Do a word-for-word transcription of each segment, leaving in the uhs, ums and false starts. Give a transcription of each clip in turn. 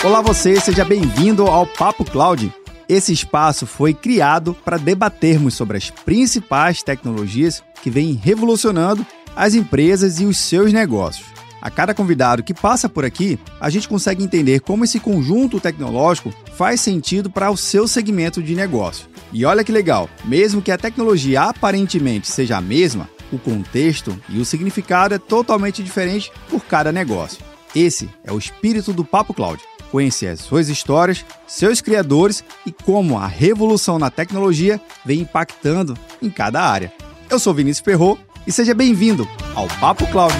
Olá você, seja bem-vindo ao Papo Cloud. Esse espaço foi criado para debatermos sobre as principais tecnologias que vêm revolucionando as empresas e os seus negócios. A cada convidado que passa por aqui, a gente consegue entender como esse conjunto tecnológico faz sentido para o seu segmento de negócio. E olha que legal, mesmo que a tecnologia aparentemente seja a mesma, o contexto e o significado é totalmente diferente por cada negócio. Esse é o espírito do Papo Cloud. Conhecer as suas histórias, seus criadores e como a revolução na tecnologia vem impactando em cada área. Eu sou Vinícius Perro e seja bem-vindo ao Papo Cloud.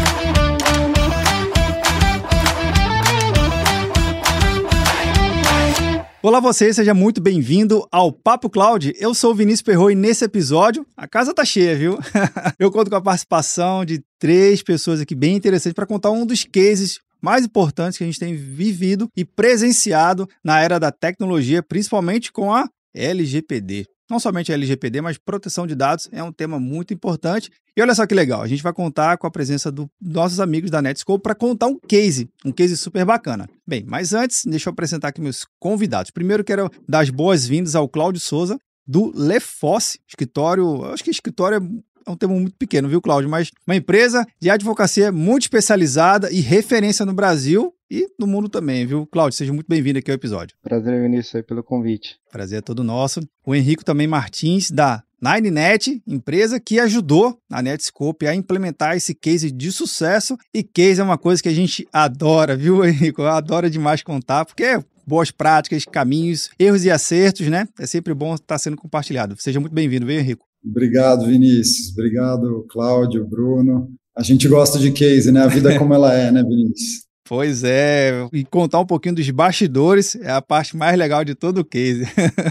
Olá você, seja muito bem-vindo ao Papo Cloud. Eu sou o Vinícius Perro e nesse episódio a casa tá cheia, viu? Eu conto com a participação de três pessoas aqui bem interessantes para contar um dos cases mais importantes que a gente tem vivido e presenciado na era da tecnologia, principalmente com a L G P D. Não somente a L G P D, mas proteção de dados é um tema muito importante. E olha só que legal, a gente vai contar com a presença dos nossos amigos da Netskope para contar um case, um case super bacana. Bem, mas antes, deixa eu apresentar aqui meus convidados. Primeiro, quero dar as boas-vindas ao Cláudio Souza, do Lefosse, escritório, acho que escritório é É um termo muito pequeno, viu, Cláudio? Mas uma empresa de advocacia muito especializada e referência no Brasil e no mundo também, viu? Cláudio, seja muito bem-vindo aqui ao episódio. Prazer, Vinícius, aí pelo convite. Prazer é todo nosso. O Henrico também Martins, da NineNet, empresa que ajudou a Netskope a implementar esse case de sucesso. E case é uma coisa que a gente adora, viu, Henrico? Eu adoro demais contar, porque é boas práticas, caminhos, erros e acertos, né? É sempre bom estar sendo compartilhado. Seja muito bem-vindo, viu, Henrico? Obrigado, Vinícius. Obrigado, Cláudio, Bruno. A gente gosta de case, né? A vida é como ela é, né, Vinícius? Pois é, e contar um pouquinho dos bastidores é a parte mais legal de todo o case.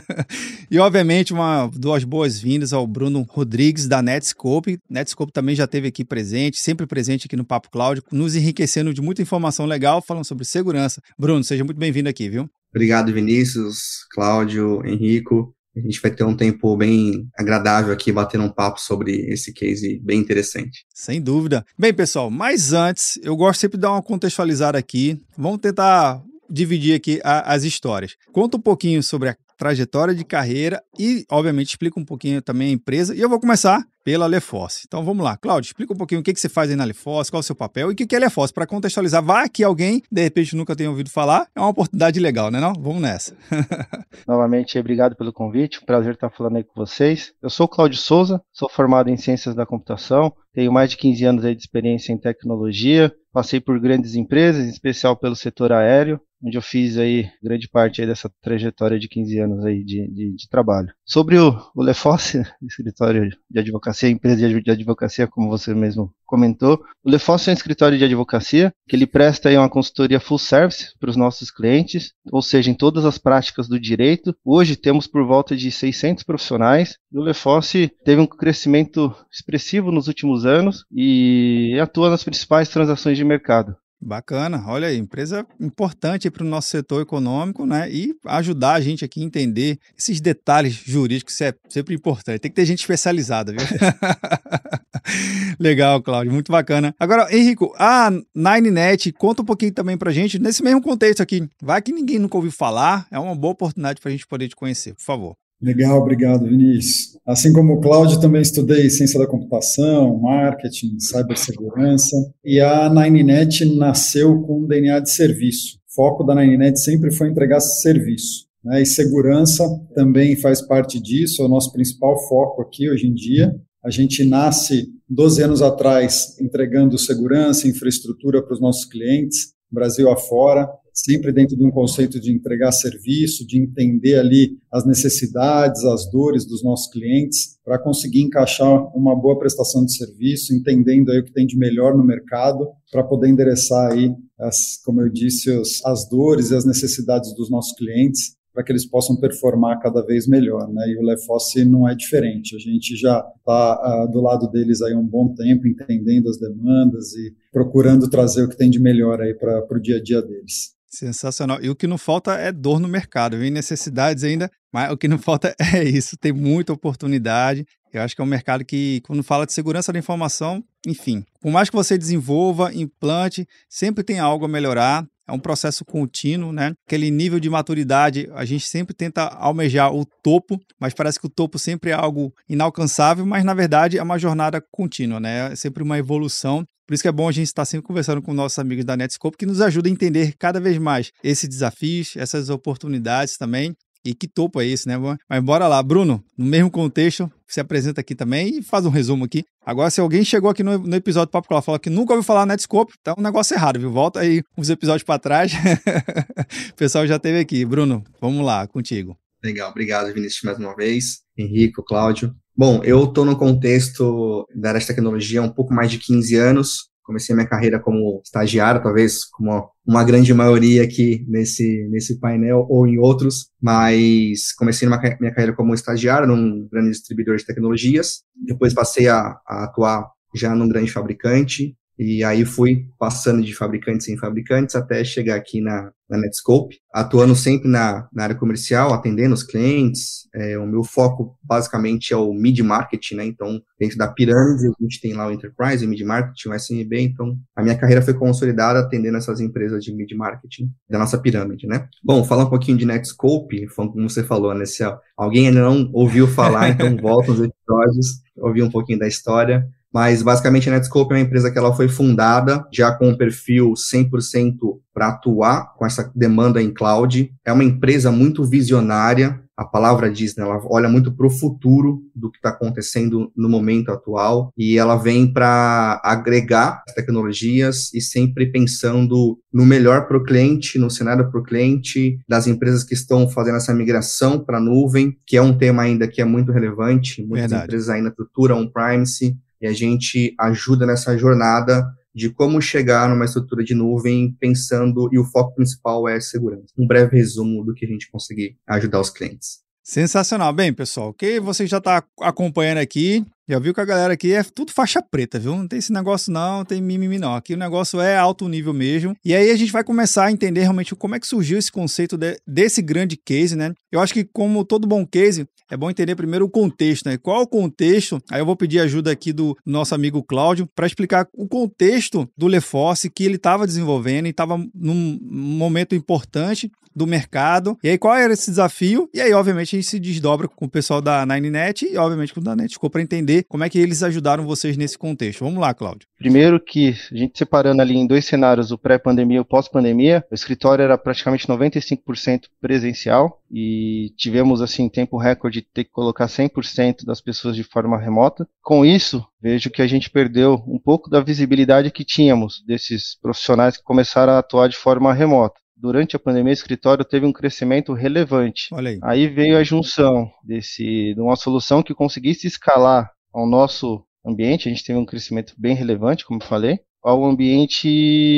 E, obviamente, uma, duas boas-vindas ao Bruno Rodrigues, da Netskope. Netskope também já esteve aqui presente, sempre presente aqui no Papo Cloud, nos enriquecendo de muita informação legal, falando sobre segurança. Bruno, seja muito bem-vindo aqui, viu? Obrigado, Vinícius, Cláudio, Henrico. A gente vai ter um tempo bem agradável aqui, batendo um papo sobre esse case bem interessante. Sem dúvida. Bem, pessoal, mas antes, eu gosto sempre de dar uma contextualizada aqui. Vamos tentar dividir aqui a, as histórias. Conta um pouquinho sobre a trajetória de carreira e, obviamente, explica um pouquinho também a empresa. E eu vou começar pela Lefosse. Então, vamos lá. Cláudio, explica um pouquinho o que, que você faz aí na Lefosse, qual é o seu papel e o que, que é Lefosse, para contextualizar. Vai que alguém, de repente, nunca tenha ouvido falar. É uma oportunidade legal, né? Não? Vamos nessa. Novamente, obrigado pelo convite. Prazer estar falando aí com vocês. Eu sou o Cláudio Souza, sou formado em Ciências da Computação, tenho mais de quinze anos aí de experiência em tecnologia, passei por grandes empresas, em especial pelo setor aéreo, onde eu fiz aí grande parte aí dessa trajetória de quinze anos aí de, de, de trabalho. Sobre o, o Lefosse, escritório de advocacia, empresa de, de advocacia, como você mesmo comentou, o Lefosse é um escritório de advocacia que ele presta aí uma consultoria full service para os nossos clientes, ou seja, em todas as práticas do direito. Hoje temos por volta de seiscentos profissionais e o Lefosse teve um crescimento expressivo nos últimos anos e atua nas principais transações de mercado. Bacana, olha aí, empresa importante para o nosso setor econômico, né? E ajudar a gente aqui a entender esses detalhes jurídicos, isso é sempre importante. Tem que ter gente especializada, viu? Legal, Cláudio, muito bacana. Agora, Henrico, a NineNet, conta um pouquinho também pra gente, nesse mesmo contexto aqui. Vai que ninguém nunca ouviu falar, é uma boa oportunidade para a gente poder te conhecer, por favor. Legal, obrigado, Vinícius. Assim como o Cláudio, também estudei ciência da computação, marketing, cibersegurança, e a NineNet nasceu com um D N A de serviço. O foco da NineNet sempre foi entregar serviço, né? E segurança também faz parte disso, é o nosso principal foco aqui hoje em dia. A gente nasce doze anos atrás entregando segurança, infraestrutura para os nossos clientes, Brasil afora, sempre dentro de um conceito de entregar serviço, de entender ali as necessidades, as dores dos nossos clientes, para conseguir encaixar uma boa prestação de serviço, entendendo aí o que tem de melhor no mercado, para poder endereçar aí, as, como eu disse, os, as dores e as necessidades dos nossos clientes, para que eles possam performar cada vez melhor, né? E o Lefosse não é diferente. A gente já está uh, do lado deles aí há um bom tempo, entendendo as demandas e procurando trazer o que tem de melhor aí para o dia a dia deles. Sensacional. E o que não falta é dor no mercado, vem necessidades ainda, mas o que não falta é isso, tem muita oportunidade. Eu acho que é um mercado que, quando fala de segurança da informação, enfim, por mais que você desenvolva, implante, sempre tem algo a melhorar. é um processo contínuo, né? Aquele nível de maturidade, a gente sempre tenta almejar o topo, mas parece que o topo sempre é algo inalcançável, mas na verdade é uma jornada contínua, né? É sempre uma evolução. Por isso que é bom a gente estar sempre conversando com nossos amigos da Netskope, que nos ajuda a entender cada vez mais esses desafios, essas oportunidades também. E que topo é esse, né? Mas bora lá, Bruno, no mesmo contexto, se apresenta aqui também e faz um resumo aqui. Agora, se alguém chegou aqui no, no episódio do Papo Cloud e falou que nunca ouviu falar Netskope, tá um negócio errado, viu? Volta aí uns episódios para trás. O pessoal já esteve aqui. Bruno, vamos lá, contigo. Legal, obrigado, Vinícius, mais uma vez. Henrique, Cláudio. Bom, eu estou no contexto da área de tecnologia há um pouco mais de quinze anos. Comecei minha carreira como estagiário, talvez como uma grande maioria aqui nesse, nesse painel ou em outros, mas comecei minha, minha carreira como estagiário num grande distribuidor de tecnologias, depois passei a, a atuar já num grande fabricante, e aí fui passando de fabricantes em fabricantes até chegar aqui na, na Netskope, atuando sempre na, na área comercial, atendendo os clientes. É, o meu foco basicamente é o mid-market, né? Então, dentro da pirâmide, a gente tem lá o Enterprise, o mid-market, o S M B. Então, a minha carreira foi consolidada atendendo essas empresas de mid-marketing da nossa pirâmide, né? Bom, falar um pouquinho de Netskope, como você falou, né? Se alguém ainda não ouviu falar, então volta nos episódios, ouvir um pouquinho da história. Mas, basicamente, a Netskope é uma empresa que ela foi fundada já com um perfil cem por cento para atuar com essa demanda em cloud. É uma empresa muito visionária, a palavra diz, né? Ela olha muito para o futuro do que está acontecendo no momento atual e ela vem para agregar as tecnologias e sempre pensando no melhor para o cliente, no cenário para o cliente, das empresas que estão fazendo essa migração para a nuvem, que é um tema ainda que é muito relevante. Muitas Verdade. Empresas ainda estruturam on-premise, e a gente ajuda nessa jornada de como chegar numa estrutura de nuvem pensando, e o foco principal é segurança. Um breve resumo do que a gente conseguir ajudar os clientes. Sensacional. Bem, pessoal, o que você já está acompanhando aqui, já viu que a galera aqui é tudo faixa preta, viu? Não tem esse negócio não, não tem mimimi não. Aqui o negócio é alto nível mesmo. E aí a gente vai começar a entender realmente como é que surgiu esse conceito de, desse grande case, né? Eu acho que como todo bom case, é bom entender primeiro o contexto, né? Qual o contexto? Aí eu vou pedir ajuda aqui do nosso amigo Cláudio para explicar o contexto do LeForce que ele estava desenvolvendo e estava num momento importante do mercado. E aí qual era esse desafio? E aí, obviamente, a gente se desdobra com o pessoal da Ninenet e, obviamente, com o da Netskope para entender como é que eles ajudaram vocês nesse contexto. Vamos lá, Cláudio. Primeiro que, a gente separando ali em dois cenários, o pré-pandemia e o pós-pandemia, o escritório era praticamente noventa e cinco por cento presencial e tivemos, assim, tempo recorde de ter que colocar cem por cento das pessoas de forma remota. Com isso, vejo que a gente perdeu um pouco da visibilidade que tínhamos desses profissionais que começaram a atuar de forma remota. Durante a pandemia, o escritório teve um crescimento relevante. Olha aí. Aí veio a junção desse, de uma solução que conseguisse escalar ao nosso ambiente. A gente teve um crescimento bem relevante, como eu falei, ao ambiente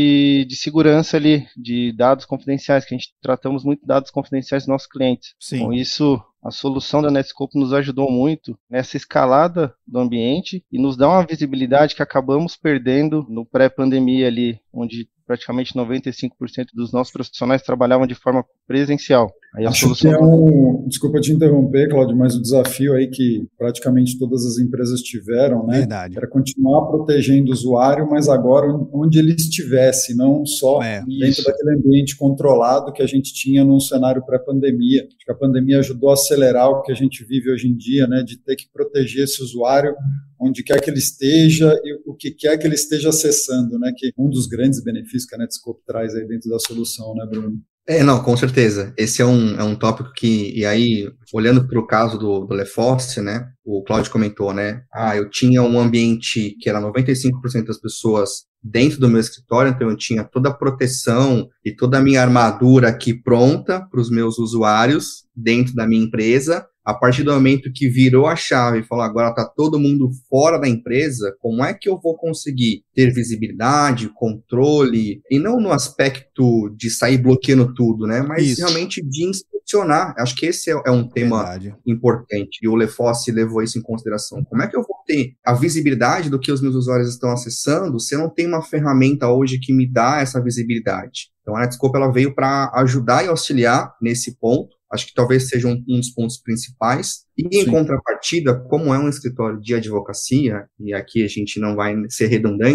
de segurança ali, de dados confidenciais, que a gente tratamos muito de dados confidenciais dos nossos clientes. Sim. Com isso, a solução da Netskope nos ajudou muito nessa escalada do ambiente e nos dá uma visibilidade que acabamos perdendo no pré-pandemia ali, onde praticamente noventa e cinco por cento dos nossos profissionais trabalhavam de forma presencial. Aí a Acho solução... que é um... Desculpa te interromper, Cláudio, mas o desafio aí que praticamente todas as empresas tiveram, né? Verdade. Era continuar protegendo o usuário, mas agora onde ele estivesse, não só É, dentro isso. daquele ambiente controlado que a gente tinha num cenário pré-pandemia. Acho que a pandemia ajudou a acelerar o que a gente vive hoje em dia, né? De ter que proteger esse usuário onde quer que ele esteja e o que quer que ele esteja acessando, né? Que um dos grandes benefícios que a Netskope traz aí dentro da solução, né, Bruno? É, não, com certeza. Esse é um, é um tópico que, e aí, olhando para o caso do, do LeForce, né, o Cláudio comentou, né, ah, eu tinha um ambiente que era noventa e cinco por cento das pessoas dentro do meu escritório, então eu tinha toda a proteção e toda a minha armadura aqui pronta para os meus usuários dentro da minha empresa. A partir do momento que virou a chave e falou, agora está todo mundo fora da empresa, como é que eu vou conseguir ter visibilidade, controle, e não no aspecto de sair bloqueando tudo, né? Mas Isso. realmente de inspecionar. Acho que esse é, é um tema Verdade. importante, e o LeForce levou isso em consideração. Como é que eu vou ter a visibilidade do que os meus usuários estão acessando se eu não tenho uma ferramenta hoje que me dá essa visibilidade? Então a Netskope ela veio para ajudar e auxiliar nesse ponto. Acho que talvez seja um, um dos pontos principais. E em Sim. contrapartida, como é um escritório de advocacia, e aqui a gente não vai ser redundante,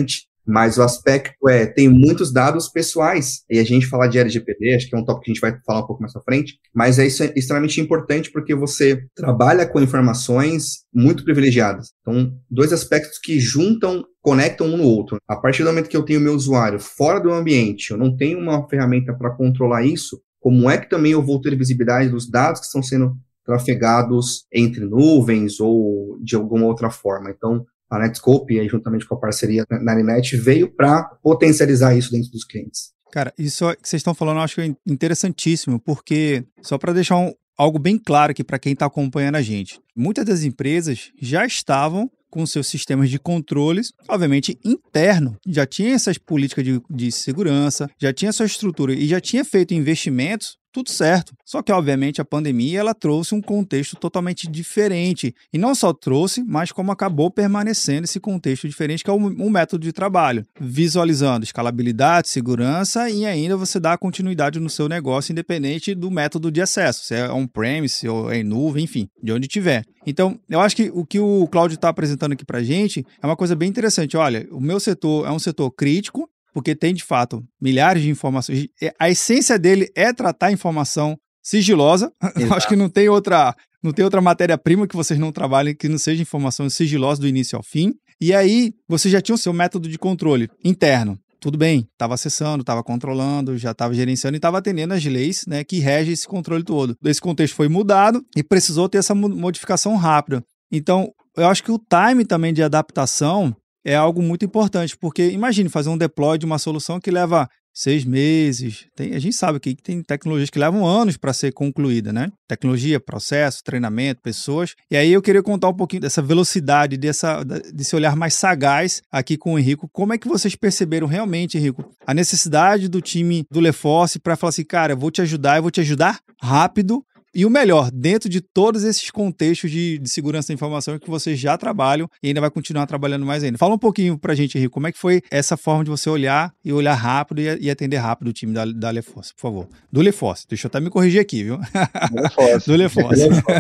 Mas o aspecto é, tem muitos dados pessoais, e a gente falar de L G P D, acho que é um tópico que a gente vai falar um pouco mais pra frente, mas é isso é extremamente importante porque você trabalha com informações muito privilegiadas. Então, dois aspectos que juntam, conectam um no outro. A partir do momento que eu tenho meu usuário fora do ambiente, eu não tenho uma ferramenta para controlar isso, como é que também eu vou ter visibilidade dos dados que estão sendo trafegados entre nuvens ou de alguma outra forma? Então, a Netscope, aí, juntamente com a parceria na Naninet, veio para potencializar isso dentro dos clientes. Cara, isso que vocês estão falando eu acho interessantíssimo, porque, só para deixar um, algo bem claro aqui para quem está acompanhando a gente, muitas das empresas já estavam com seus sistemas de controles, obviamente interno, já tinha essas políticas de, de segurança, já tinha sua estrutura e já tinha feito investimentos, tudo certo. Só que, obviamente, a pandemia ela trouxe um contexto totalmente diferente. E não só trouxe, mas como acabou permanecendo esse contexto diferente, que é o, o método de trabalho. Visualizando escalabilidade, segurança e ainda você dá continuidade no seu negócio, independente do método de acesso. Se é on-premise ou é em nuvem, enfim, de onde tiver. Então, eu acho que o que o Cláudio está apresentando aqui para a gente é uma coisa bem interessante. Olha, o meu setor é um setor crítico, porque tem, de fato, milhares de informações. A essência dele é tratar informação sigilosa. Acho que não tem outra, não tem outra matéria-prima que vocês não trabalhem que não seja informação sigilosa do início ao fim. E aí, você já tinha o seu método de controle interno. Tudo bem, estava acessando, estava controlando, já estava gerenciando e estava atendendo as leis, né, que regem esse controle todo. Esse contexto foi mudado e precisou ter essa modificação rápida. Então, eu acho que o time também de adaptação é algo muito importante, porque imagine fazer um deploy de uma solução que leva seis meses. Tem, a gente sabe que tem tecnologias que levam anos para ser concluída, né? Tecnologia, processo, treinamento, pessoas. E aí eu queria contar um pouquinho dessa velocidade, dessa, desse olhar mais sagaz aqui com o Henrico. Como é que vocês perceberam realmente, Henrico, a necessidade do time do LeForce para falar assim, cara, eu vou te ajudar, eu vou te ajudar rápido. E o melhor, dentro de todos esses contextos de, de segurança da informação que vocês já trabalham e ainda vai continuar trabalhando mais ainda. Fala um pouquinho pra gente, Henrique, como é que foi essa forma de você olhar e olhar rápido e, e atender rápido o time da, da LeForce, por favor. Do LeForce, deixa eu até me corrigir aqui, viu? LeForce. Do LeForce.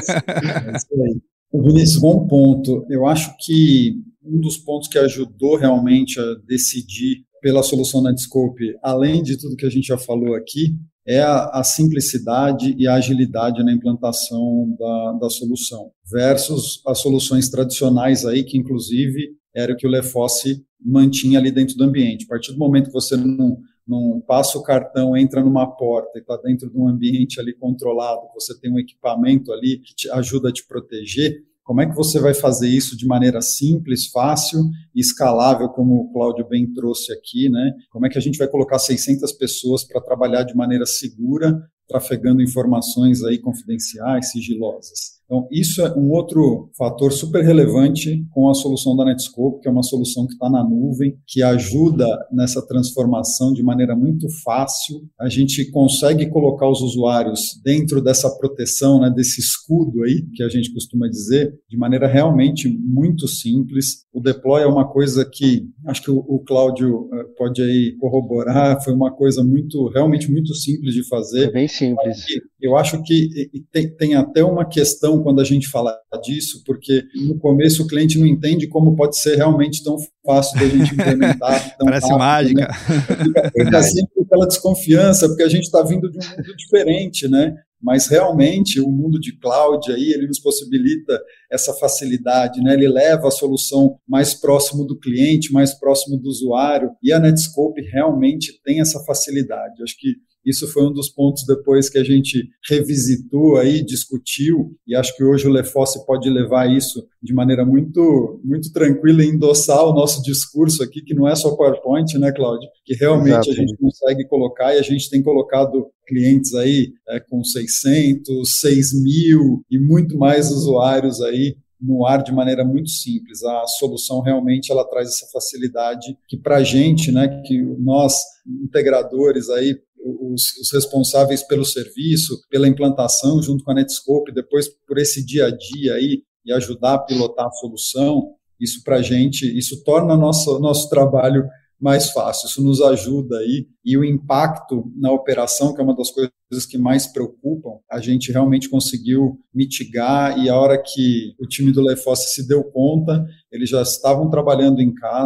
É isso aí. Vinícius, bom ponto. Eu acho que um dos pontos que ajudou realmente a decidir pela solução Netscope, além de tudo que a gente já falou aqui, é a, a simplicidade e a agilidade na implantação da, da solução, versus as soluções tradicionais aí, que inclusive era o que o LeForce mantinha ali dentro do ambiente. A partir do momento que você não, não passa o cartão, entra numa porta e está dentro de um ambiente ali controlado, você tem um equipamento ali que te ajuda a te proteger, como é que você vai fazer isso de maneira simples, fácil e escalável, como o Cláudio bem trouxe aqui, né? Como é que a gente vai colocar seiscentas pessoas para trabalhar de maneira segura, trafegando informações aí confidenciais, sigilosas? Então, isso é um outro fator super relevante com a solução da Netscope, que é uma solução que está na nuvem, que ajuda nessa transformação de maneira muito fácil. A gente consegue colocar os usuários dentro dessa proteção, né, desse escudo aí, que a gente costuma dizer, de maneira realmente muito simples. O deploy é uma coisa que, acho que o, o Cláudio pode aí corroborar, foi uma coisa muito, realmente muito simples de fazer. É bem simples. Eu acho que tem, tem até uma questão quando a gente fala disso, porque no começo o cliente não entende como pode ser realmente tão fácil da gente implementar. Tão Parece rápido, mágica. Né? Fica, fica sempre aquela desconfiança, porque a gente está vindo de um mundo diferente, né? Mas realmente o mundo de cloud aí, ele nos possibilita essa facilidade, né? Ele leva a solução mais próximo do cliente, mais próximo do usuário, e a Netscope realmente tem essa facilidade. Acho que isso foi um dos pontos depois que a gente revisitou aí, discutiu, e acho que hoje o LeForce pode levar isso de maneira muito, muito tranquila e endossar o nosso discurso aqui, que não é só PowerPoint, né, Cláudio? Que realmente Exato. A gente consegue colocar, e a gente tem colocado clientes aí é, com seiscentos, seis mil e muito mais usuários aí no ar de maneira muito simples. A solução realmente ela traz essa facilidade que para a gente, né, que nós integradores aí, Os, os responsáveis pelo serviço, pela implantação junto com a Netscope, depois por esse dia a dia aí e ajudar a pilotar a solução, isso para a gente, isso torna nosso, nosso trabalho mais fácil, isso nos ajuda aí, e o impacto na operação, que é uma das coisas que mais preocupam, a gente realmente conseguiu mitigar, e a hora que o time do LeForce se deu conta, eles já estavam trabalhando em casa,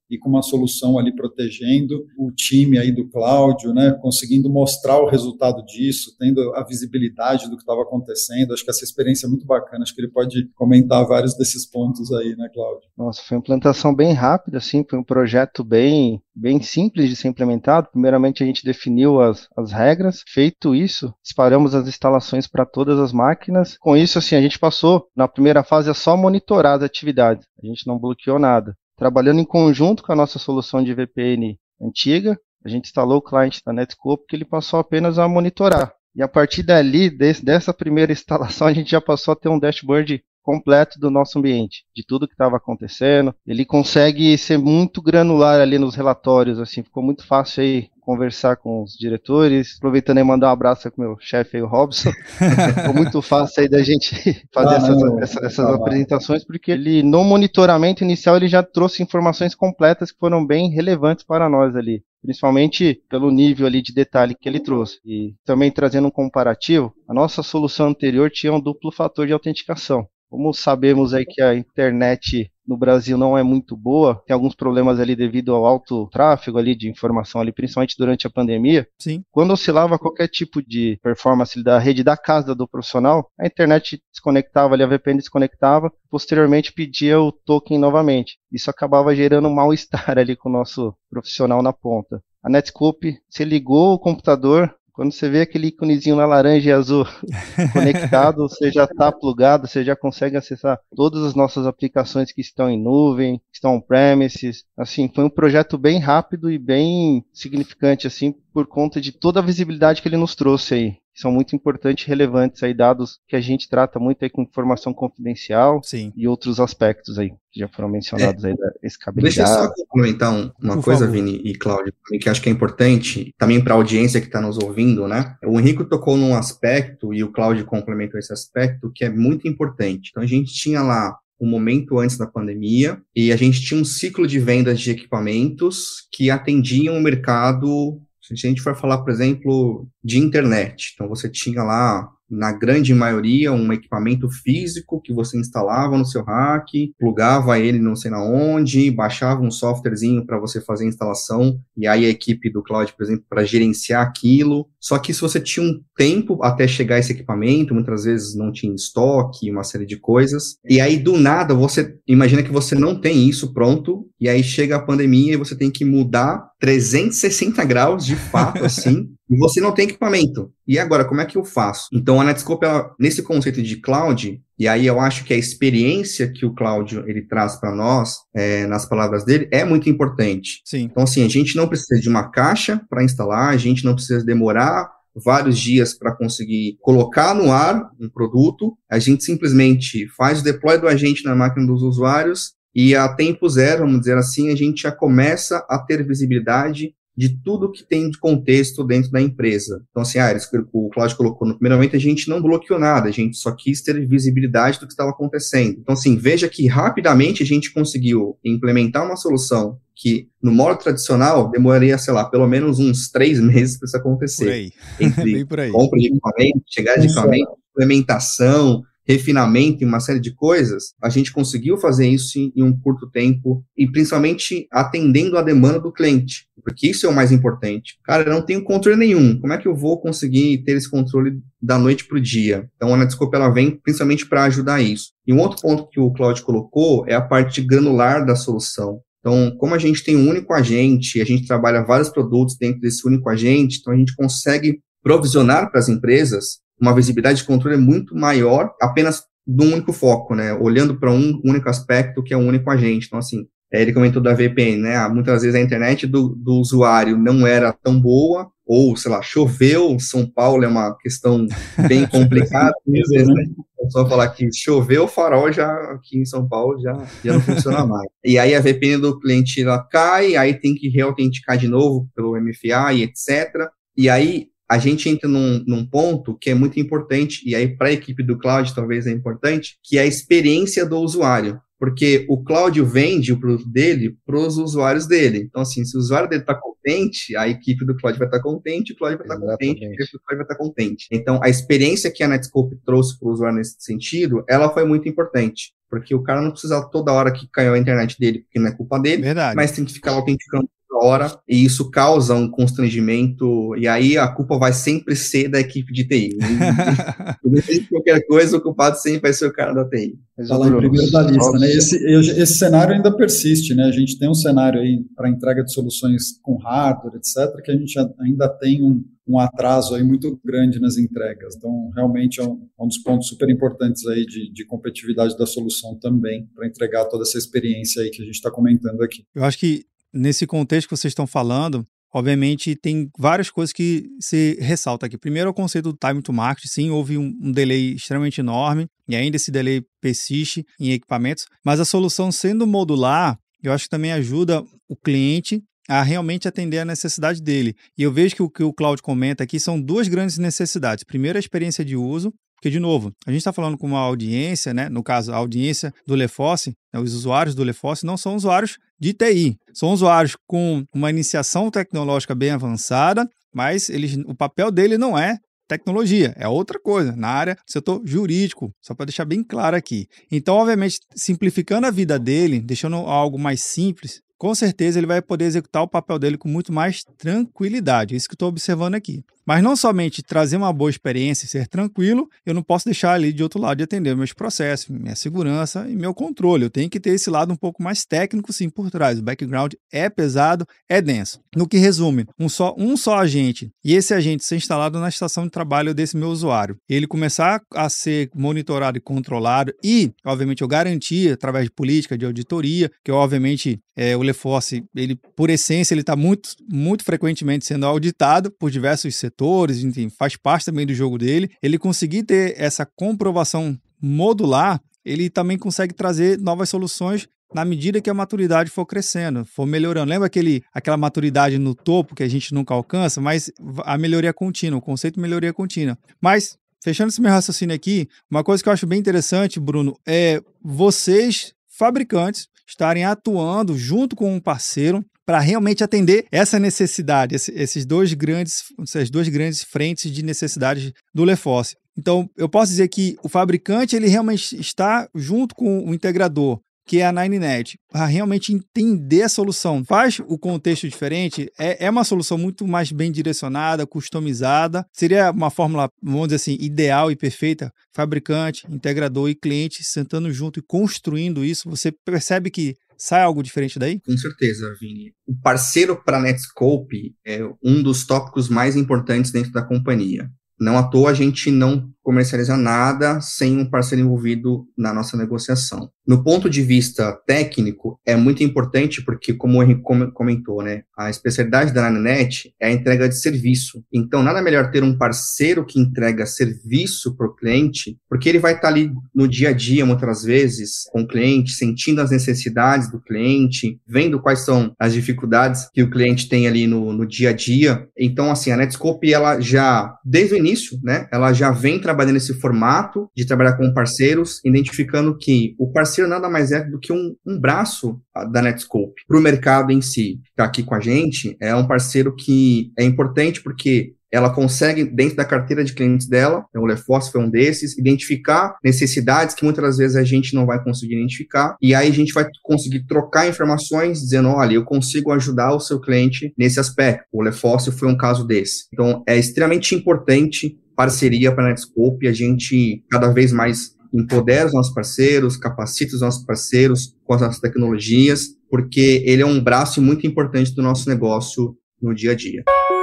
e com uma solução ali protegendo o time aí do Cláudio, né, conseguindo mostrar o resultado disso, tendo a visibilidade do que estava acontecendo. Acho que essa experiência é muito bacana, acho que ele pode comentar vários desses pontos aí, né, Cláudio? Nossa, foi uma implantação bem rápida, assim, foi um projeto bem, bem simples de ser implementado. Primeiramente a gente definiu as, as regras, feito isso, disparamos as instalações para todas as máquinas. Com isso, assim, a gente passou, na primeira fase, a só monitorar as atividades, a gente não bloqueou nada. Trabalhando em conjunto com a nossa solução de V P N antiga, a gente instalou o cliente da Netskope, que ele passou apenas a monitorar. E a partir dali, desse, dessa primeira instalação, a gente já passou a ter um dashboard completo do nosso ambiente, de tudo que estava acontecendo. Ele consegue ser muito granular ali nos relatórios, assim, ficou muito fácil aí conversar com os diretores, aproveitando e mandar um abraço com o meu chefe aí, o Robson. Ficou muito fácil aí da gente fazer ah, essas, não, essa, essas não, apresentações, porque ele, no monitoramento inicial, ele já trouxe informações completas que foram bem relevantes para nós ali, principalmente pelo nível ali de detalhe que ele trouxe. E também trazendo um comparativo, a nossa solução anterior tinha um duplo fator de autenticação. Como sabemos aí que a internet no Brasil não é muito boa, tem alguns problemas ali devido ao alto tráfego ali de informação ali, principalmente durante a pandemia. Sim. Quando oscilava qualquer tipo de performance da rede da casa do profissional, a internet desconectava ali, a V P N desconectava, posteriormente pedia o token novamente. Isso acabava gerando um mal-estar ali com o nosso profissional na ponta. A Netskope, você ligou o computador, quando você vê aquele íconezinho lá laranja e azul conectado, você já está plugado, você já consegue acessar todas as nossas aplicações que estão em nuvem, que estão on-premises. Assim, foi um projeto bem rápido e bem significante, assim, por conta de toda a visibilidade que ele nos trouxe aí. São muito importantes e relevantes aí, dados que a gente trata muito aí com informação confidencial. Sim. E outros aspectos aí, que já foram mencionados é. aí da escabilidade. Deixa eu só complementar um, uma Por coisa, favor. Vini e Cláudio, que acho que é importante, também para a audiência que está nos ouvindo, né? O Henrico tocou num aspecto, e o Cláudio complementou esse aspecto, que é muito importante. Então, a gente tinha lá um momento antes da pandemia, e a gente tinha um ciclo de vendas de equipamentos que atendiam o mercado. Se a gente for falar, por exemplo, de internet, então você tinha lá, na grande maioria, um equipamento físico que você instalava no seu rack, plugava ele não sei na onde, baixava um softwarezinho para você fazer a instalação, e aí a equipe do cloud, por exemplo, para gerenciar aquilo. Só que se você tinha um tempo até chegar esse equipamento, muitas vezes não tinha estoque, uma série de coisas, e aí do nada você imagina que você não tem isso pronto, e aí chega a pandemia e você tem que mudar trezentos e sessenta graus de fato, assim, e você não tem equipamento. E agora, como é que eu faço? Então, a Netskope, ela, nesse conceito de cloud, e aí eu acho que a experiência que o Cláudio, ele traz para nós, é, nas palavras dele, é muito importante. Sim. Então, assim, a gente não precisa de uma caixa para instalar, a gente não precisa demorar vários dias para conseguir colocar no ar um produto, a gente simplesmente faz o deploy do agente na máquina dos usuários e a tempo zero, vamos dizer assim, a gente já começa a ter visibilidade de tudo que tem de contexto dentro da empresa. Então, assim, ah, o Cláudio colocou, no primeiro momento a gente não bloqueou nada, a gente só quis ter visibilidade do que estava acontecendo. Então, assim, veja que rapidamente a gente conseguiu implementar uma solução que, no modo tradicional, demoraria, sei lá, pelo menos uns três meses para isso acontecer. Por aí. Entre por aí. compra de equipamento, chegada de equipamento, implementação, refinamento e uma série de coisas, a gente conseguiu fazer isso em, em um curto tempo e principalmente atendendo a demanda do cliente, porque isso é o mais importante. Cara, eu não tenho controle nenhum, como é que eu vou conseguir ter esse controle da noite para o dia? Então a Netskope, ela vem principalmente para ajudar isso. E um outro ponto que o Cláudio colocou é a parte granular da solução. Então, como a gente tem um único agente, a gente trabalha vários produtos dentro desse único agente, então a gente consegue provisionar para as empresas uma visibilidade de controle muito maior apenas de um único foco, né? Olhando para um único aspecto que é um único agente. Então, assim, ele comentou da V P N, né? Muitas vezes a internet do, do usuário não era tão boa, ou, sei lá, choveu, São Paulo é uma questão bem complicada, às vezes, né? É só falar que choveu, o farol já, aqui em São Paulo, já, já não funciona mais. E aí a V P N do cliente, ela cai, aí tem que reautenticar de novo pelo M F A e etcétera. E aí a gente entra num, num ponto que é muito importante, e aí para a equipe do cloud talvez é importante, que é a experiência do usuário. Porque o cloud vende o produto dele para os usuários dele. Então, assim, se o usuário dele está contente, a equipe do cloud vai estar contente, o cloud vai estar contente, a equipe do cloud vai estar contente. Então, a experiência que a Netskope trouxe para o usuário nesse sentido, ela foi muito importante. porque o cara não precisa toda hora que caiu a internet dele, porque não é culpa dele, Verdade. Mas tem que ficar autenticando toda hora, e isso causa um constrangimento, e aí a culpa vai sempre ser da equipe de T I. Independente de qualquer coisa, o culpado sempre vai ser o cara da T I. Está lá em primeiro da lista, né? Esse, esse cenário ainda persiste, né? A gente tem um cenário aí para entrega de soluções com hardware, etcétera, que a gente ainda tem um, um atraso aí muito grande nas entregas. Então, realmente é um, é um dos pontos super importantes aí de, de competitividade da solução também, para entregar toda essa experiência aí que a gente está comentando aqui. Eu acho que nesse contexto que vocês estão falando, obviamente tem várias coisas que se ressalta aqui. Primeiro é o conceito do time to market. Sim, houve um, um delay extremamente enorme e ainda esse delay persiste em equipamentos, mas a solução sendo modular, eu acho que também ajuda o cliente a realmente atender a necessidade dele. E eu vejo que o que o Cláudio comenta aqui são duas grandes necessidades. Primeiro, a experiência de uso, porque, de novo, a gente está falando com uma audiência, né? No caso, a audiência do Leforce, né? Os usuários do Leforce não são usuários de T I, são usuários com uma iniciação tecnológica bem avançada, mas eles, o papel dele não é tecnologia, é outra coisa, na área do setor jurídico, só para deixar bem claro aqui. Então, obviamente, simplificando a vida dele, deixando algo mais simples, com certeza ele vai poder executar o papel dele com muito mais tranquilidade. É isso que eu estou observando aqui. Mas não somente trazer uma boa experiência e ser tranquilo, eu não posso deixar ali de outro lado de atender meus processos, minha segurança e meu controle. Eu tenho que ter esse lado um pouco mais técnico, sim, por trás. O background é pesado, é denso. No que resume, um só, um só agente, e esse agente ser instalado na estação de trabalho desse meu usuário, ele começar a ser monitorado e controlado e, obviamente, eu garantir, através de política, de auditoria, que obviamente é, o Leforce, ele, por essência, ele está muito, muito frequentemente sendo auditado por diversos setores, enfim, faz parte também do jogo dele. Ele conseguir ter essa comprovação modular, ele também consegue trazer novas soluções na medida que a maturidade for crescendo, for melhorando. Lembra aquele, aquela maturidade no topo que a gente nunca alcança? Mas a melhoria contínua, o conceito de melhoria contínua. Mas, fechando esse meu raciocínio aqui, uma coisa que eu acho bem interessante, Bruno, é vocês, fabricantes, estarem atuando junto com um parceiro para realmente atender essa necessidade, esses dois grandes, essas duas grandes frentes de necessidades do Leforce. Então, eu posso dizer que o fabricante ele realmente está junto com o integrador, que é a Ninenet, para realmente entender a solução. Faz o contexto diferente, é, é uma solução muito mais bem direcionada, customizada. Seria uma fórmula, vamos dizer assim, ideal e perfeita. Fabricante, integrador e cliente sentando junto e construindo isso. Você percebe que sai algo diferente daí? Com certeza, Vini. O parceiro para a Netscope é um dos tópicos mais importantes dentro da companhia. Não à toa a gente não comercializa nada sem um parceiro envolvido na nossa negociação. No ponto de vista técnico, é muito importante porque, como o Henrique comentou, né, a especialidade da Ninenet é a entrega de serviço. Então, nada melhor ter um parceiro que entrega serviço para o cliente, porque ele vai estar ali no dia a dia, muitas vezes, com o cliente, sentindo as necessidades do cliente, vendo quais são as dificuldades que o cliente tem ali no, no dia a dia. Então, assim, a Netscope, ela já, desde o início, né, ela já vem trabalhando nesse formato de trabalhar com parceiros, identificando que o parceiro nada mais é do que um, um braço da Netscope para o mercado em si. Está aqui com a gente, é um parceiro que é importante porque ela consegue, dentro da carteira de clientes dela, o Leforce foi um desses, identificar necessidades que muitas vezes a gente não vai conseguir identificar, e aí a gente vai conseguir trocar informações dizendo, olha, eu consigo ajudar o seu cliente nesse aspecto. O Leforce foi um caso desse. Então, é extremamente importante parceria para a Netscope, a gente cada vez mais empodera os nossos parceiros, capacita os nossos parceiros com as nossas tecnologias, porque ele é um braço muito importante do nosso negócio no dia a dia.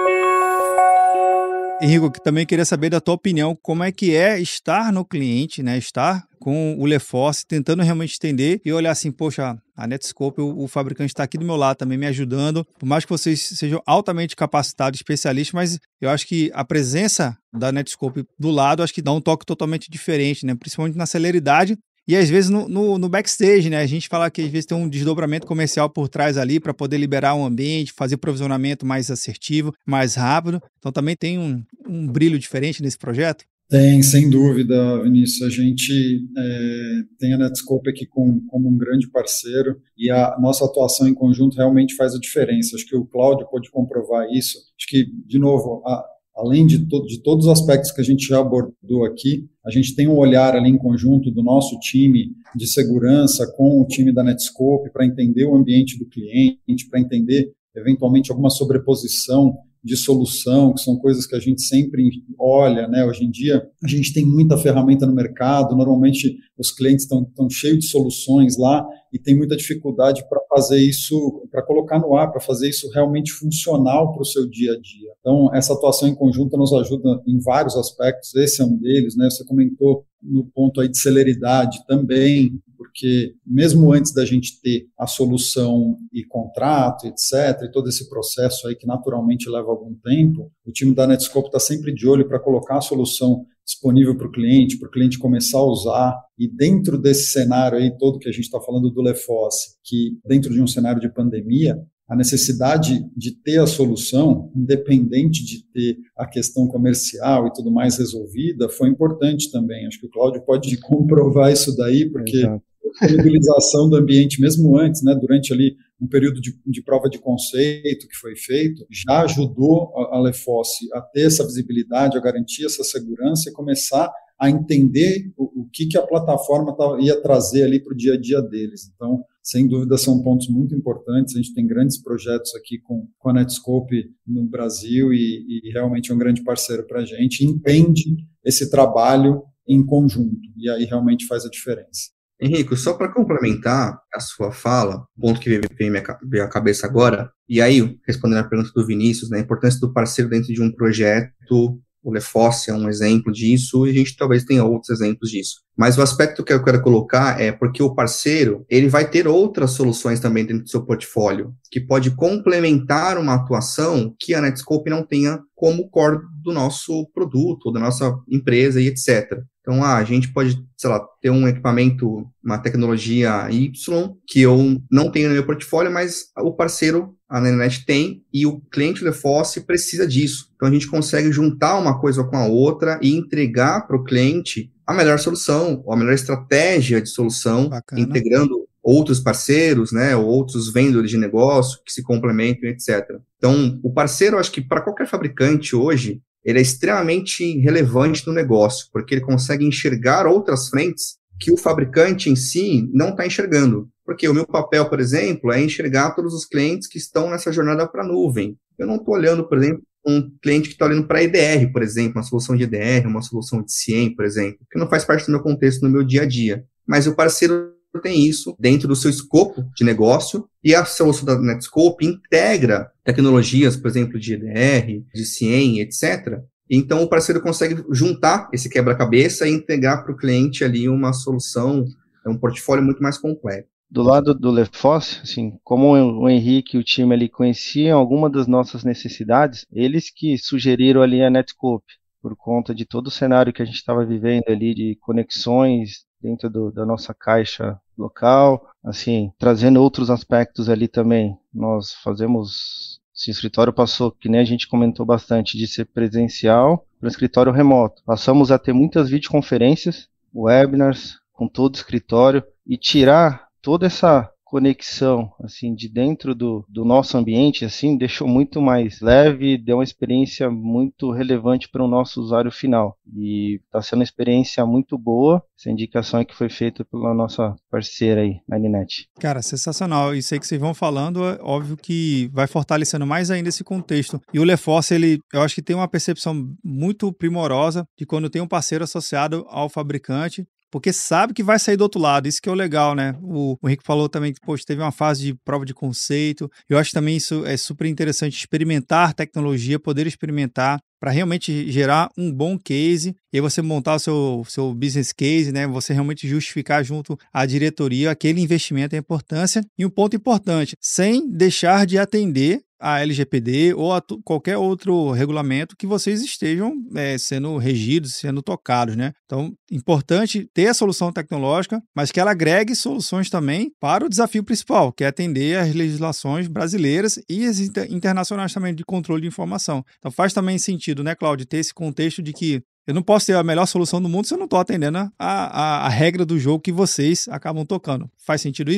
Henrico, que também queria saber da tua opinião, como é que é estar no cliente, né, estar com o Leforce, tentando realmente entender e olhar assim, poxa, a Netscope, o, o fabricante está aqui do meu lado também me ajudando, por mais que vocês sejam altamente capacitados, especialistas, mas eu acho que a presença da Netscope do lado, acho que dá um toque totalmente diferente, né, principalmente na celeridade. E às vezes no, no, no backstage, né? A gente fala que às vezes tem um desdobramento comercial por trás ali para poder liberar um ambiente, fazer provisionamento mais assertivo, mais rápido. Então também tem um, um brilho diferente nesse projeto? Tem, sem dúvida, Vinícius. A gente é, tem a Netscope aqui com, como um grande parceiro e a nossa atuação em conjunto realmente faz a diferença. Acho que o Cláudio pôde comprovar isso. Acho que, de novo, a além de, to- de todos os aspectos que a gente já abordou aqui, a gente tem um olhar ali em conjunto do nosso time de segurança com o time da Netskope para entender o ambiente do cliente, para entender, eventualmente, alguma sobreposição de solução, que são coisas que a gente sempre olha, né? Hoje em dia, a gente tem muita ferramenta no mercado, normalmente os clientes estão, estão cheios de soluções lá e tem muita dificuldade para fazer isso, para colocar no ar, para fazer isso realmente funcional para o seu dia a dia. Então, essa atuação em conjunto nos ajuda em vários aspectos, esse é um deles, né? Você comentou no ponto aí de celeridade também, porque mesmo antes da gente ter a solução e contrato, etcétera, e todo esse processo aí que naturalmente leva algum tempo, o time da Netskope está sempre de olho para colocar a solução disponível para o cliente, para o cliente começar a usar, e dentro desse cenário aí todo que a gente está falando do Lefosse, que dentro de um cenário de pandemia, a necessidade de ter a solução, independente de ter a questão comercial e tudo mais resolvida, foi importante também. Acho que o Cláudio pode comprovar isso daí, porque Exato. A disponibilização do ambiente, mesmo antes, né, durante ali um período de, de prova de conceito que foi feito, já ajudou a, a Lefosse a ter essa visibilidade, a garantir essa segurança e começar a entender o, o que, que a plataforma tá, ia trazer ali para o dia a dia deles. Então, sem dúvida, são pontos muito importantes. A gente tem grandes projetos aqui com, com a Netskope no Brasil e, e realmente é um grande parceiro para a gente. Entende esse trabalho em conjunto e aí realmente faz a diferença. Henrico, só para complementar a sua fala, ponto que veio à cabeça agora, e aí, respondendo a pergunta do Vinícius, né, a importância do parceiro dentro de um projeto, o Lefosse é um exemplo disso, e a gente talvez tenha outros exemplos disso. Mas o aspecto que eu quero colocar é porque o parceiro, ele vai ter outras soluções também dentro do seu portfólio, que pode complementar uma atuação que a Netskope não tenha como core do nosso produto, ou da nossa empresa e etcétera. Então, ah, a gente pode, sei lá, ter um equipamento, uma tecnologia Y, que eu não tenho no meu portfólio, mas o parceiro, a Naninet, tem, e o cliente Lefosse precisa disso. Então, a gente consegue juntar uma coisa com a outra e entregar para o cliente a melhor solução, ou a melhor estratégia de solução, Bacana. Integrando outros parceiros, né, ou outros vendedores de negócio que se complementam, etcétera. Então, o parceiro, acho que para qualquer fabricante hoje, ele é extremamente relevante no negócio, porque ele consegue enxergar outras frentes que o fabricante em si não está enxergando. Porque o meu papel, por exemplo, é enxergar todos os clientes que estão nessa jornada para a nuvem. Eu não estou olhando, por exemplo, um cliente que está olhando para a E D R, por exemplo, uma solução de E D R, uma solução de C I E M, por exemplo, que não faz parte do meu contexto no meu dia a dia. Mas o parceiro tem isso dentro do seu escopo de negócio e a solução da Netskope integra tecnologias, por exemplo, de E D R, de C I E M, etcétera. Então, o parceiro consegue juntar esse quebra-cabeça e integrar para o cliente ali uma solução, um portfólio muito mais completo. Do lado do Lefosse, assim, como o Henrique e o time ali conheciam alguma das nossas necessidades, eles que sugeriram ali a Netskope, por conta de todo o cenário que a gente estava vivendo ali de conexões dentro do, da nossa caixa local, assim, trazendo outros aspectos ali também. Nós fazemos, se o escritório passou, que nem a gente comentou bastante, de ser presencial para o escritório remoto. Passamos a ter muitas videoconferências, webinars, com todo o escritório, e tirar toda essa conexão, assim, de dentro do, do nosso ambiente, assim, deixou muito mais leve, deu uma experiência muito relevante para o nosso usuário final. E está sendo uma experiência muito boa. Essa indicação é que foi feita pela nossa parceira aí, a Naninet. Cara, sensacional. Isso aí que vocês vão falando, é óbvio que vai fortalecendo mais ainda esse contexto. E o Lefosse, ele, eu acho que tem uma percepção muito primorosa de quando tem um parceiro associado ao fabricante, porque sabe que vai sair do outro lado, isso que é o legal, né? O, o Henrique falou também que, poxa, teve uma fase de prova de conceito, eu acho também isso é super interessante, experimentar tecnologia, poder experimentar, para realmente gerar um bom case, e aí você montar o seu, seu business case, né? Você realmente justificar junto à diretoria aquele investimento, a importância, e um ponto importante, sem deixar de atender a L G P D ou a tu, qualquer outro regulamento que vocês estejam é, sendo regidos, sendo tocados, né? Então, importante ter a solução tecnológica, mas que ela agregue soluções também para o desafio principal, que é atender às legislações brasileiras e as inter- internacionais também de controle de informação. Então, faz também sentido, né, Cláudio, ter esse contexto de que eu não posso ter a melhor solução do mundo se eu não estou atendendo a, a, a regra do jogo que vocês acabam tocando. Faz sentido isso?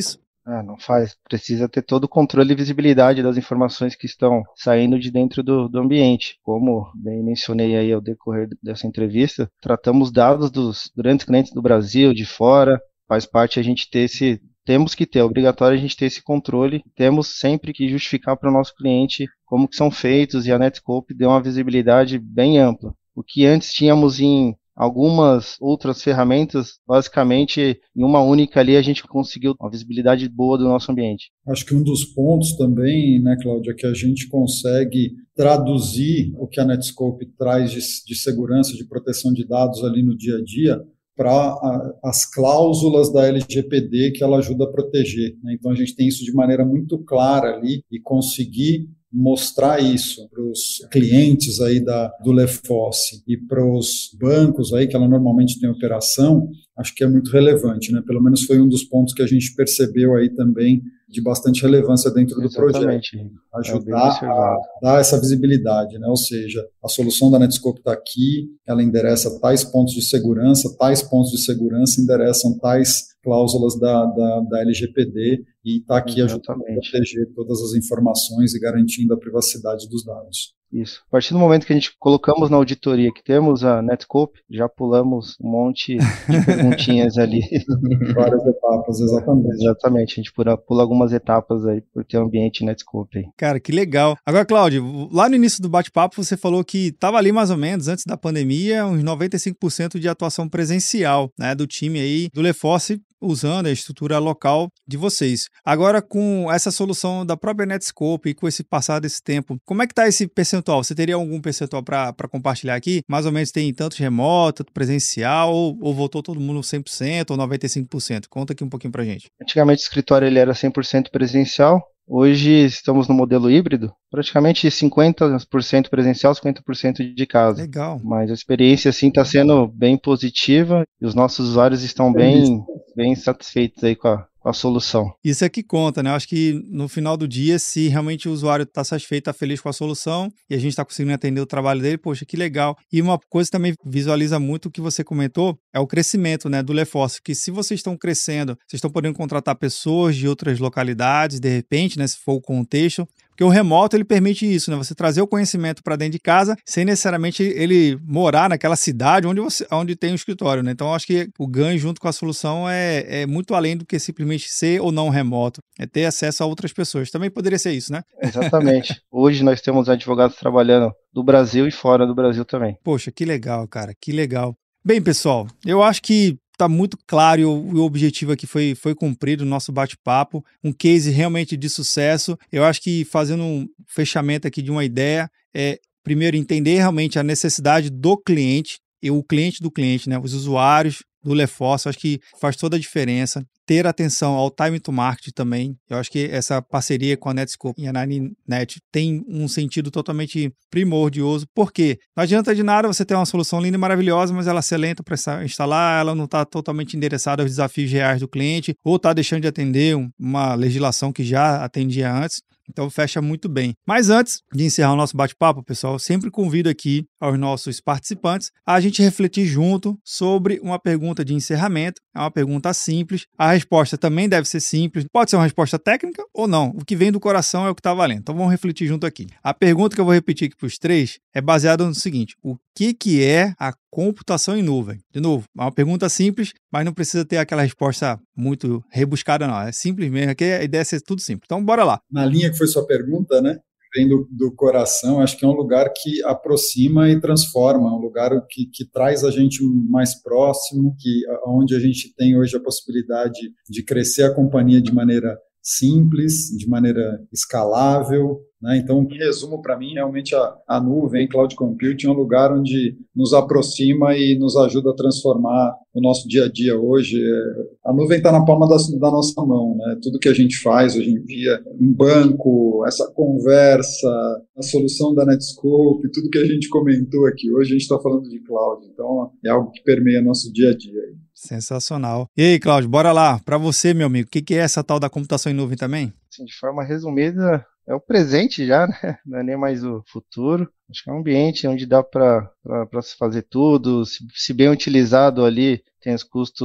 Ah, não faz. Precisa ter todo o controle e visibilidade das informações que estão saindo de dentro do, do ambiente. Como bem mencionei aí ao decorrer dessa entrevista, tratamos dados dos grandes clientes do Brasil, de fora, faz parte a gente ter esse... Temos que ter, é obrigatório a gente ter esse controle, temos sempre que justificar para o nosso cliente como que são feitos, e a Netskope deu uma visibilidade bem ampla. O que antes tínhamos em algumas outras ferramentas, basicamente, em uma única ali a gente conseguiu uma visibilidade boa do nosso ambiente. Acho que um dos pontos também, né, Cláudia, é que a gente consegue traduzir o que a Netskope traz de, de segurança, de proteção de dados ali no dia a dia, para as cláusulas da L G P D que ela ajuda a proteger, né? Então a gente tem isso de maneira muito clara ali e conseguir mostrar isso para os clientes aí da, do Lefosse e para os bancos aí que ela normalmente tem operação, acho que é muito relevante, né? Pelo menos foi um dos pontos que a gente percebeu aí também de bastante relevância dentro do Exatamente. projeto. Ajudar é a dar essa visibilidade, né? Ou seja, a solução da Netskope está aqui, ela endereça tais pontos de segurança, tais pontos de segurança endereçam tais cláusulas da, da, da L G P D e está aqui ajudando a proteger todas as informações e garantindo a privacidade dos dados. Isso. A partir do momento que a gente colocamos na auditoria que temos a Netskope, já pulamos um monte de perguntinhas ali. Várias etapas, exatamente. Exatamente, a gente pula, pula algumas etapas aí por ter um ambiente Netskope aí. Cara, que legal. Agora, Cláudio, lá no início do bate-papo você falou que estava ali mais ou menos, antes da pandemia, uns noventa e cinco por cento de atuação presencial, né, do time aí do Lefosse, usando a estrutura local de vocês. Agora, com essa solução da própria Netskope e com esse passar desse tempo, como é que está esse percentual? Você teria algum percentual para compartilhar aqui? Mais ou menos tem tanto remoto, tanto presencial, ou, ou voltou todo mundo cem por cento ou noventa e cinco por cento? Conta aqui um pouquinho pra gente. Antigamente o escritório ele era cem por cento presencial, hoje estamos no modelo híbrido, praticamente cinquenta por cento presencial, cinquenta por cento de casa. Legal. Mas a experiência assim está sendo bem positiva e os nossos usuários estão bem, bem satisfeitos aí com a, com a solução. Isso é que conta, né? Eu acho que no final do dia, se realmente o usuário está satisfeito, está feliz com a solução e a gente está conseguindo atender o trabalho dele, poxa, que legal. E uma coisa que também visualiza muito o que você comentou é o crescimento, né, do Lefosse, que se vocês estão crescendo, vocês estão podendo contratar pessoas de outras localidades, de repente, né, se for o contexto, porque o remoto, ele permite isso, né? Você trazer o conhecimento para dentro de casa, sem necessariamente ele morar naquela cidade onde, você, onde tem o escritório, né? Então, eu acho que o ganho junto com a solução é, é muito além do que simplesmente ser ou não remoto. É ter acesso a outras pessoas. Também poderia ser isso, né? Exatamente. Hoje nós temos advogados trabalhando do Brasil e fora do Brasil também. Poxa, que legal, cara. Que legal. Bem, pessoal, eu acho que está muito claro e o, o objetivo aqui foi, foi cumprido, o nosso bate-papo, um case realmente de sucesso. Eu acho que fazendo um fechamento aqui de uma ideia, é primeiro entender realmente a necessidade do cliente, e o cliente do cliente, né, os usuários do Lefosse, acho que faz toda a diferença. Ter atenção ao time to market também. Eu acho que essa parceria com a Netskope e a NineNet tem um sentido totalmente primordioso. Por quê? Não adianta de nada você ter uma solução linda e maravilhosa, mas ela ser lenta para instalar, ela não está totalmente endereçada aos desafios reais do cliente, ou está deixando de atender uma legislação que já atendia antes. Então fecha muito bem. Mas antes de encerrar o nosso bate-papo, pessoal, eu sempre convido aqui aos nossos participantes a gente refletir junto sobre uma pergunta de encerramento. É uma pergunta simples. A resposta também deve ser simples. Pode ser uma resposta técnica ou não. O que vem do coração é o que está valendo. Então vamos refletir junto aqui. A pergunta que eu vou repetir aqui para os três é baseada no seguinte: o que, que é a computação em nuvem? De novo, é uma pergunta simples, mas não precisa ter aquela resposta muito rebuscada, não. É simples mesmo, aqui a ideia é ser tudo simples. Então, bora lá. Na linha que foi sua pergunta, né? Vem do, do coração, acho que é um lugar que aproxima e transforma, um lugar que, que traz a gente mais próximo, que onde a gente tem hoje a possibilidade de crescer a companhia de maneira simples, de maneira escalável, né? Então, em resumo, para mim, realmente a, a nuvem, Cloud Computing, é um lugar onde nos aproxima e nos ajuda a transformar o nosso dia a dia hoje. A nuvem está na palma da, da nossa mão, né? Tudo que a gente faz hoje em dia, um banco, essa conversa, a solução da Netskope, tudo que a gente comentou aqui hoje, a gente está falando de cloud. Então, é algo que permeia nosso dia a dia. Sensacional. E aí, Cláudio, bora lá. Para você, meu amigo, o que, que é essa tal da computação em nuvem também? Assim, de forma resumida, é o presente já, né? Não é nem mais o futuro. Acho que é um ambiente onde dá para se fazer tudo. Se, se bem utilizado ali, tem os custos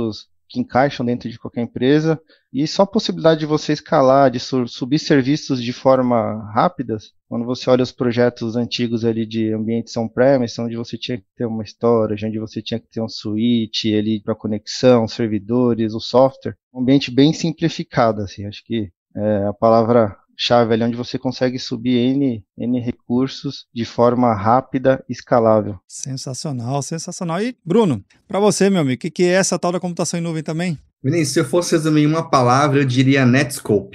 que encaixam dentro de qualquer empresa, e só a possibilidade de você escalar, de su- subir serviços de forma rápida. Quando você olha os projetos antigos ali de ambientes on-premise, onde você tinha que ter uma storage, onde você tinha que ter um switch ali para conexão, servidores, o software, um ambiente bem simplificado, assim, acho que é a palavra chave ali, onde você consegue subir N, N recursos de forma rápida e escalável. Sensacional, sensacional. E, Bruno, para você, meu amigo, o que, que é essa tal da computação em nuvem também? Vinícius, se eu fosse resumir em uma palavra, eu diria Netscope.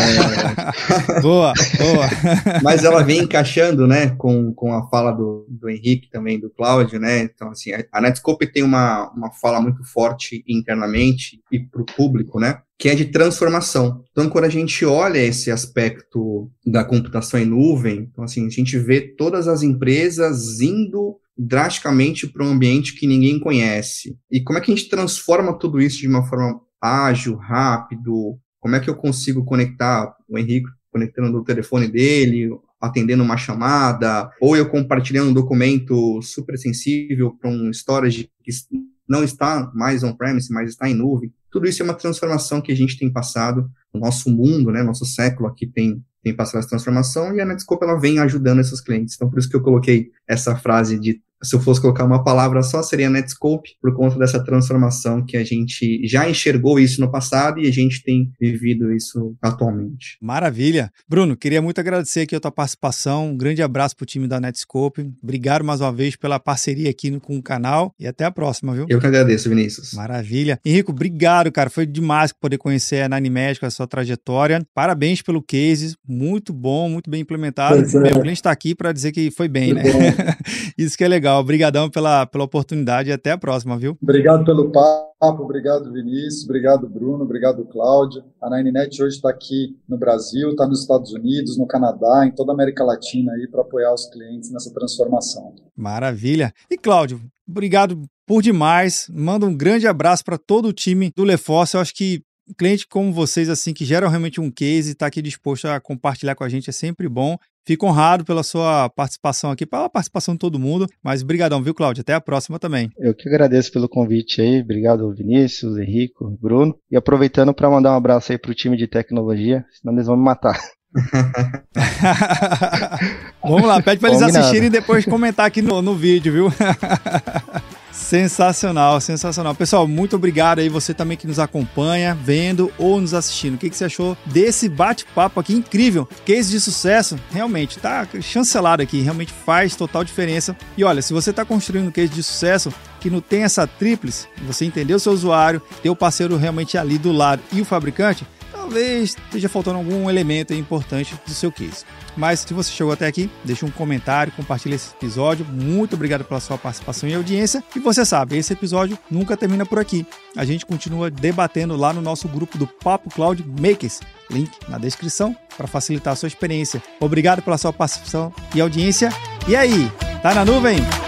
É... boa, boa. Mas ela vem encaixando, né, com, com a fala do, do Henrique, também do Cláudio, né, então, assim, a Netscope tem uma, uma fala muito forte internamente e para o público, né, que é de transformação. Então, quando a gente olha esse aspecto da computação em nuvem, então, assim, a gente vê todas as empresas indo drasticamente para um ambiente que ninguém conhece. E como é que a gente transforma tudo isso de uma forma ágil, rápido? Como é que eu consigo conectar o Henrique conectando no telefone dele, atendendo uma chamada, ou eu compartilhando um documento super sensível para um storage que não está mais on-premise, mas está em nuvem? Tudo isso é uma transformação que a gente tem passado, o nosso mundo, né, nosso século aqui tem, tem passado essa transformação, e a Netscope, ela vem ajudando esses clientes. Então, por isso que eu coloquei essa frase de, se eu fosse colocar uma palavra só, seria Netscope, por conta dessa transformação que a gente já enxergou isso no passado e a gente tem vivido isso atualmente. Maravilha. Bruno, queria muito agradecer aqui a tua participação, um grande abraço pro time da Netscope, obrigado mais uma vez pela parceria aqui no, com o canal e até a próxima, viu? Eu que agradeço, Vinícius. Maravilha. Henrico, obrigado, cara, foi demais poder conhecer a Nine Magic, a sua trajetória, parabéns pelo case, muito bom, muito bem implementado. Pois é. Meu cliente está aqui para dizer que foi bem, Foi né? Isso que é legal. Obrigadão pela, pela oportunidade e até a próxima, viu? Obrigado pelo papo, obrigado Vinícius, obrigado Bruno, obrigado Cláudio. A Ninenet hoje está aqui no Brasil, está nos Estados Unidos, no Canadá, em toda a América Latina aí para apoiar os clientes nessa transformação. Maravilha. E Cláudio, obrigado por demais. Manda um grande abraço para todo o time do LeForce. Eu acho que cliente como vocês, assim, que geram realmente um case e está aqui disposto a compartilhar com a gente é sempre bom. Fico honrado pela sua participação aqui, pela participação de todo mundo, mas brigadão, viu, Cláudio? Até a próxima também. Eu que agradeço pelo convite aí, obrigado Vinícius, Henrico, Bruno, e aproveitando para mandar um abraço aí para o time de tecnologia, senão eles vão me matar. Vamos lá, pede para eles assistirem e depois comentar aqui no, no vídeo, viu? Sensacional, sensacional. Pessoal, muito obrigado aí, você também que nos acompanha, vendo ou nos assistindo. O que, que você achou desse bate-papo aqui incrível? Case de sucesso, realmente, tá chancelado aqui, realmente faz total diferença. E olha, se você tá construindo um case de sucesso que não tem essa tríplice, você entendeu o seu usuário, ter o parceiro realmente ali do lado e o fabricante, talvez esteja faltando algum elemento importante do seu case. Mas se você chegou até aqui, deixa um comentário, compartilha esse episódio. Muito obrigado pela sua participação e audiência. E você sabe, esse episódio nunca termina por aqui. A gente continua debatendo lá no nosso grupo do Papo Cloud Makers. Link na descrição para facilitar a sua experiência. Obrigado pela sua participação e audiência. E aí, tá na nuvem?